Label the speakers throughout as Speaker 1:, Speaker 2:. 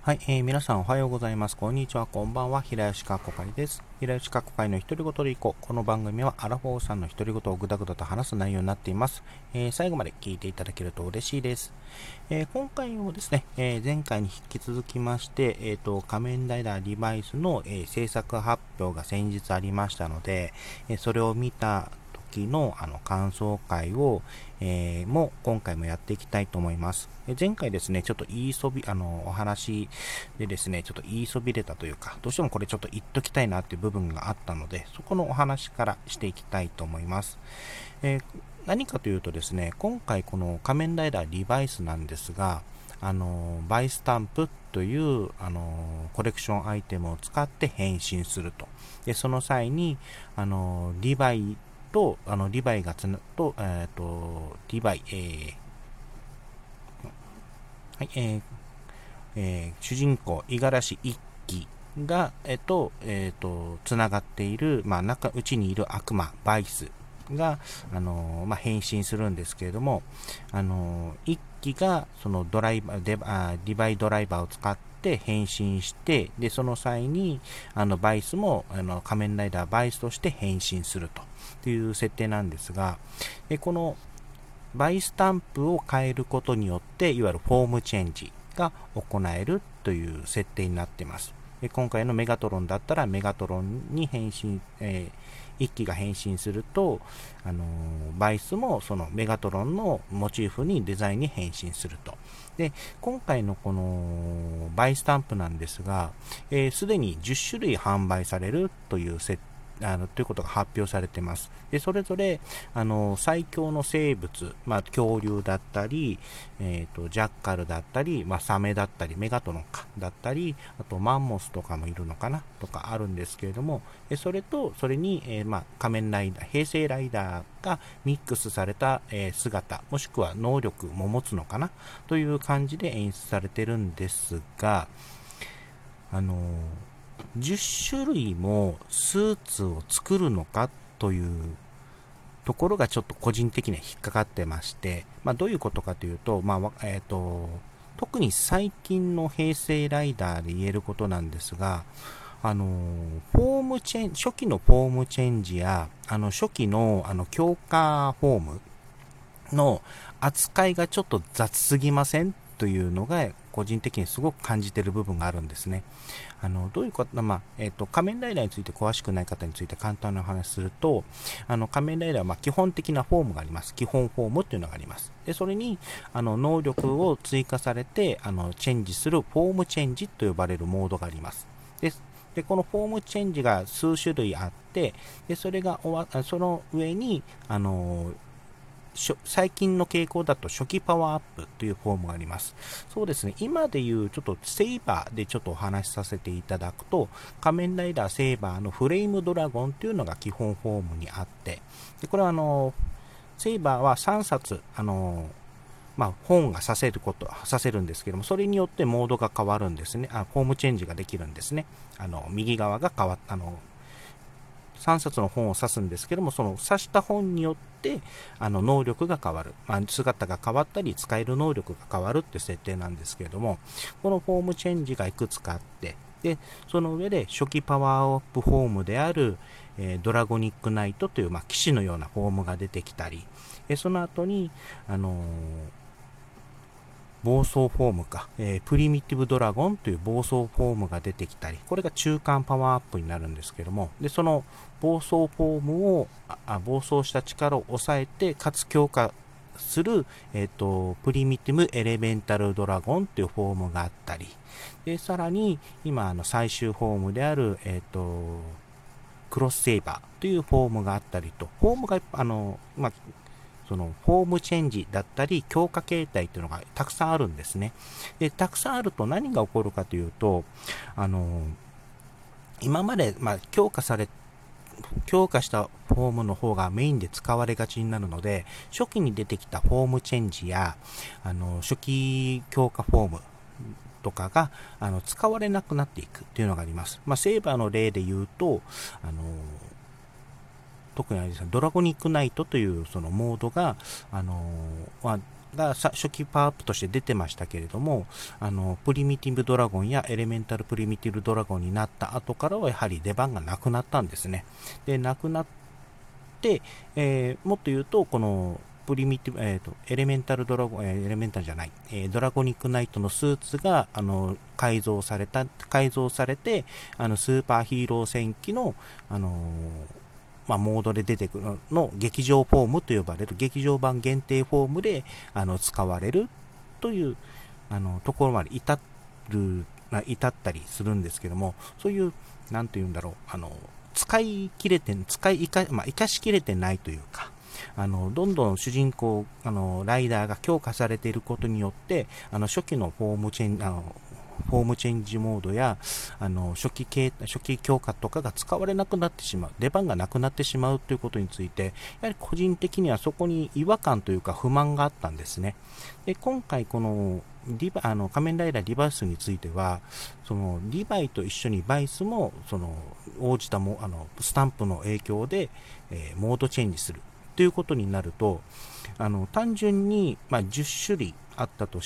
Speaker 1: はい、皆さんおはようございます。こんにちは、こんばんは。平吉かっこかりです。平吉かっこかりの独り言でいこう。この番組はアラフォーさんの独り言をぐだぐだと話す内容になっています。最後まで聞いていただけると嬉しいです。今回もですね、前回に引き続きまして、仮面ライダーリバイスの、制作発表が先日ありましたので、それを見た時の感想会を、も今回もやっていきたいと思います。前回ですね、ちょっとお話でですね、ちょっと言いそびれたというか、どうしてもこれちょっと言っときたいなっていう部分があったので、そこのお話からしていきたいと思います。何かというとですね、今回この仮面ライダーリバイスなんですが、バイスタンプという、コレクションアイテムを使って変身すると。で、その際に、リヴァイと、リヴァイがつな、と、リヴァイ、はい、主人公、五十嵐一輝が、つながっている、うちにいる悪魔、バイスが、変身するんですけれども、一輝が、そのドライバー、リヴァイドライバーを使って変身して、で、その際に、バイスも、仮面ライダーバイスとして変身するという設定なんですが、この、バイスタンプを変えることによって、いわゆるフォームチェンジが行えるという設定になっています。今回のメガトロンだったら、メガトロンに変身、一機が変身すると、バイスもそのメガトロンのモチーフにデザインに変身すると。で、今回のこのバイスタンプなんですが、すでに10種類販売されるという設定ということが発表されています。で、それぞれ、最強の生物、恐竜だったり、ジャッカルだったり、サメだったり、メガトロンか、だったり、あとマンモスとかもいるのかな、とかあるんですけれども、それと、それに、仮面ライダー、平成ライダーがミックスされた、姿、もしくは能力も持つのかな、という感じで演出されてるんですが、10種類もスーツを作るのかというところがちょっと個人的には引っかかってまして、どういうことかというと、特に最近の平成ライダーで言えることなんですが、フォームチェン、初期のフォームチェンジや、初期の、強化フォームの扱いがちょっと雑すぎませんというのが個人的にすごく感じている部分があるんですね。どういうこと、仮面ライダーについて詳しくない方について簡単なお話すると、仮面ライダーは基本的なフォームがあります。基本フォームっていうのがあります。で、それに、能力を追加されて、チェンジするフォームチェンジと呼ばれるモードがあります。で、このフォームチェンジが数種類あって、で、それがその上に、最近の傾向だと初期パワーアップというフォームがあります。そうですね、今でいうちょっとセイバーでちょっとお話しさせていただくと、仮面ライダーセイバーのフレイムドラゴンというのが基本フォームにあって、でこれはセイバーは3冊、本がさせるんですけども、それによってモードが変わるんですね。フォームチェンジができるんですね。右側が変わっ3冊の本を指すんですけども、その指した本によって能力が変わる、姿が変わったり使える能力が変わるって設定なんですけれども、このフォームチェンジがいくつかあって、でその上で初期パワーアップフォームである、ドラゴニックナイトという、騎士のようなフォームが出てきたり、その後に、暴走フォームか、プリミティブドラゴンという暴走フォームが出てきたり、これが中間パワーアップになるんですけども、でその暴走フォームを暴走した力を抑えてかつ強化する、プリミティブエレメンタルドラゴンというフォームがあったり、でさらに今最終フォームである、クロスセイバーというフォームがあったりと、フォームがそのフォームチェンジだったり強化形態というのがたくさんあるんですね。でたくさんあると何が起こるかというと、今まで、強化したフォームの方がメインで使われがちになるので、初期に出てきたフォームチェンジや初期強化フォームとかが使われなくなっていくというのがあります。セーバーの例で言うと、特にあれですね、ドラゴニックナイトというそのモードが、 が初期パワーアップとして出てましたけれども、プリミティブドラゴンやエレメンタルプリミティブドラゴンになった後からはやはり出番がなくなったんですね。で、なくなって、もっと言うと、このプリミティブ、エレメンタルドラゴン、エレメンタルじゃない、ドラゴニックナイトのスーツが、改造されて、スーパーヒーロー戦記の、モードで出てくるの劇場フォームと呼ばれる劇場版限定フォームで使われるというところまで至ったりするんですけども、そういうなんていうんだろう、生かしきれてないというか、どんどん主人公ライダーが強化されていることによって初期のフォームチェンジモードや初期強化とかが使われなくなってしまう、出番がなくなってしまうということについて、やはり個人的にはそこに違和感というか不満があったんですね。で、今回この仮面ライダーリバイスについては、そのリヴァイと一緒にバイスも応じたスタンプの影響で、モードチェンジするということになると、単純に、10種類あったとして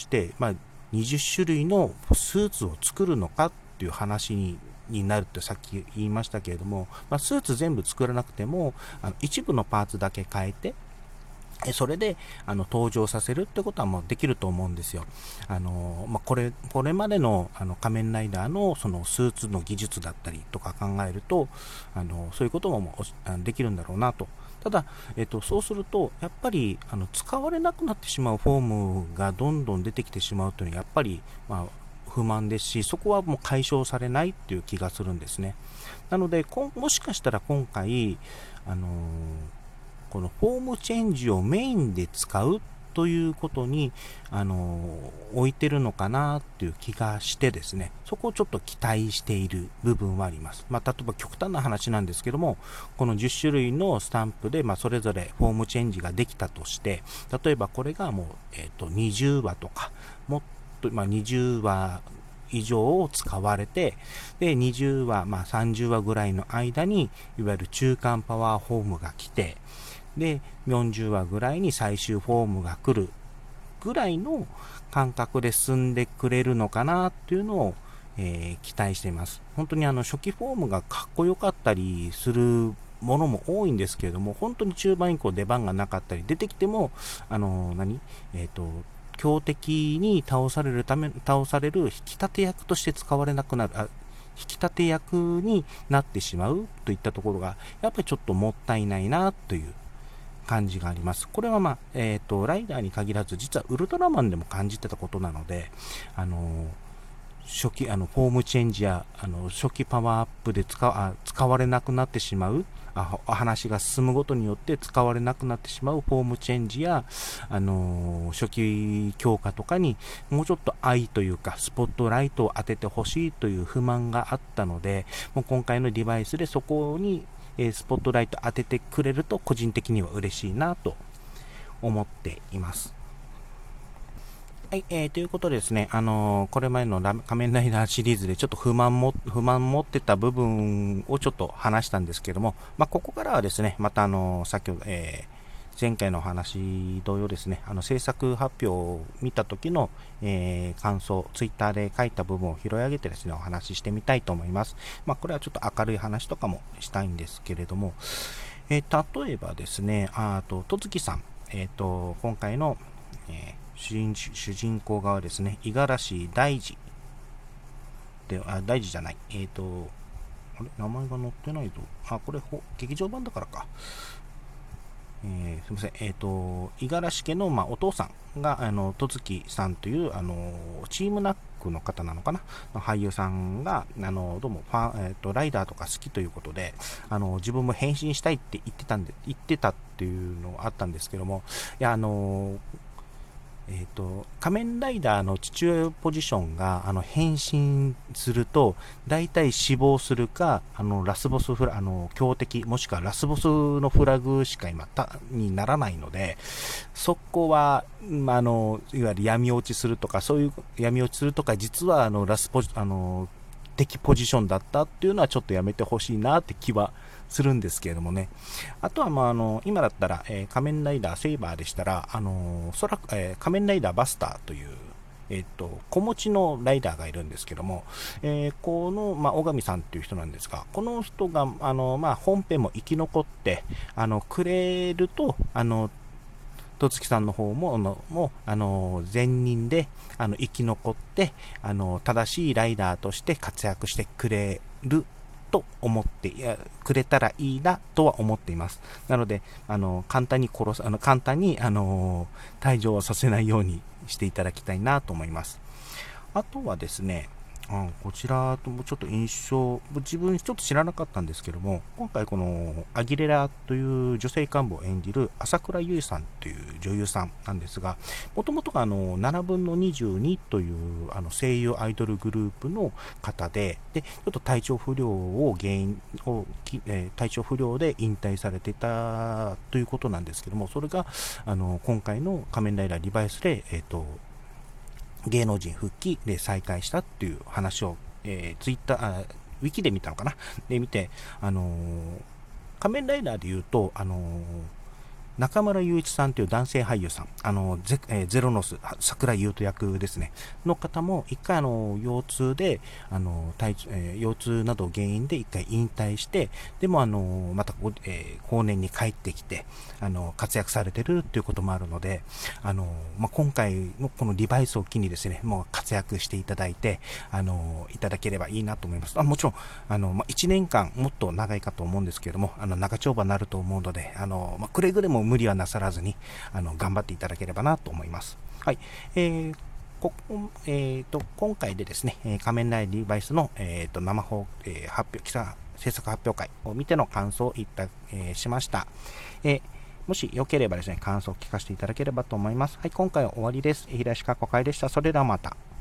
Speaker 1: 、20種類のスーツを作るのかっていう話になるってさっき言いましたけれども、スーツ全部作らなくても一部のパーツだけ変えて、それで登場させるってことはもうできると思うんですよ。これまでの仮面ライダーのそのスーツの技術だったりとか考えるとそういうこともできるんだろうなと。ただ、そうするとやっぱり使われなくなってしまうフォームがどんどん出てきてしまうというのはやっぱり、不満ですし、そこはもう解消されないっていう気がするんですね。なのでもしかしたら今回このフォームチェンジをメインで使うということに置いてるのかなっていう気がしてですね、そこをちょっと期待している部分はあります。例えば極端な話なんですけども、この10種類のスタンプで、それぞれフォームチェンジができたとして、例えばこれがもう、20話とかもっと、20話以上使われて、で20話、30話ぐらいの間にいわゆる中間パワーフォームが来て、で40話ぐらいに最終フォームが来るぐらいの感覚で進んでくれるのかなっていうのを、期待しています。本当に初期フォームがかっこよかったりするものも多いんですけれども、本当に中盤以降出番がなかったり、出てきても強敵に倒される引き立て役として使われなくなる、引き立て役になってしまうといったところがやっぱりちょっともったいないなという感じがあります。これはライダーに限らず実はウルトラマンでも感じてたことなので、初期フォームチェンジや初期パワーアップで使われなくなってしまう、話が進むごとによって使われなくなってしまうフォームチェンジや初期強化とかにもうちょっと愛というかスポットライトを当ててほしいという不満があったので、もう今回のデバイスでそこにスポットライト当ててくれると個人的には嬉しいなと思っています。はい、ということでですね、これまでの仮面ライダーシリーズでちょっと不満持ってた部分をちょっと話したんですけども、ここからはですね、また先ほど、前回のお話同様ですね、制作発表を見た時の、感想、ツイッターで書いた部分を拾い上げてですね、お話ししてみたいと思います。これはちょっと明るい話とかもしたいんですけれども、例えばですね、戸月さん、今回の、主人公側ですね、五十嵐大二で、大二じゃない、あれ、名前が載ってないぞ。これ、劇場版だからか。すみません、五十嵐家の、お父さんが戸月さんというチームナックの方なのかな、俳優さんがどうもライダーとか好きということで自分も変身したいって言ってたっていうのがあったんですけども、いや仮面ライダーの父親ポジションが変身すると大体死亡するかラスボス強敵もしくはラスボスのフラグしかにならないので、そこはいわゆる闇落ちするとか、そういう闇落ちするとか、実はラスボス敵ポジションだったっていうのはちょっとやめてほしいなって気はするんですけれどもね。あとは、今だったら、仮面ライダーセイバーでしたら、仮面ライダーバスターという、子持ちのライダーがいるんですけども、この、小上さんっていう人なんですが、この人が、本編も生き残って、くれると、戸月さんの方も前任で、生き残って、正しいライダーとして活躍してくれると思ってくれたらいいなとは思っています。なので、簡単に退場はさせないようにしていただきたいなと思います。あとはですね、こちらともちょっと自分ちょっと知らなかったんですけども、今回このアギレラという女性幹部を演じる朝倉優さんという女優さんなんですが、もともとが7分の22という声優アイドルグループの方で、ちょっと体調不良で引退されていたということなんですけども、それが今回の仮面ライダーリバイスで、芸能人復帰で再開したっていう話を、ツイッター、ウィキで見たのかなで見て、仮面ライダーで言うと、中村雄一さんという男性俳優さん、ゼロノス、桜井優斗役ですね、の方も一回腰痛で、腰痛などを原因で一回引退して、でもまた、後年に帰ってきて、活躍されてるっていうこともあるので、今回のこのリバイスを機にですね、もう活躍していただいて、いただければいいなと思います。もちろん、1年間もっと長いかと思うんですけれども、長丁場になると思うので、くれぐれも無理はなさらずに頑張っていただければなと思います。はい。今回でですね、仮面ライダーリバイスの、生制作発表会を見ての感想をしました。もしよければですね、感想を聞かせていただければと思います。はい、今回は終わりです。平石かこかいでした。それではまた。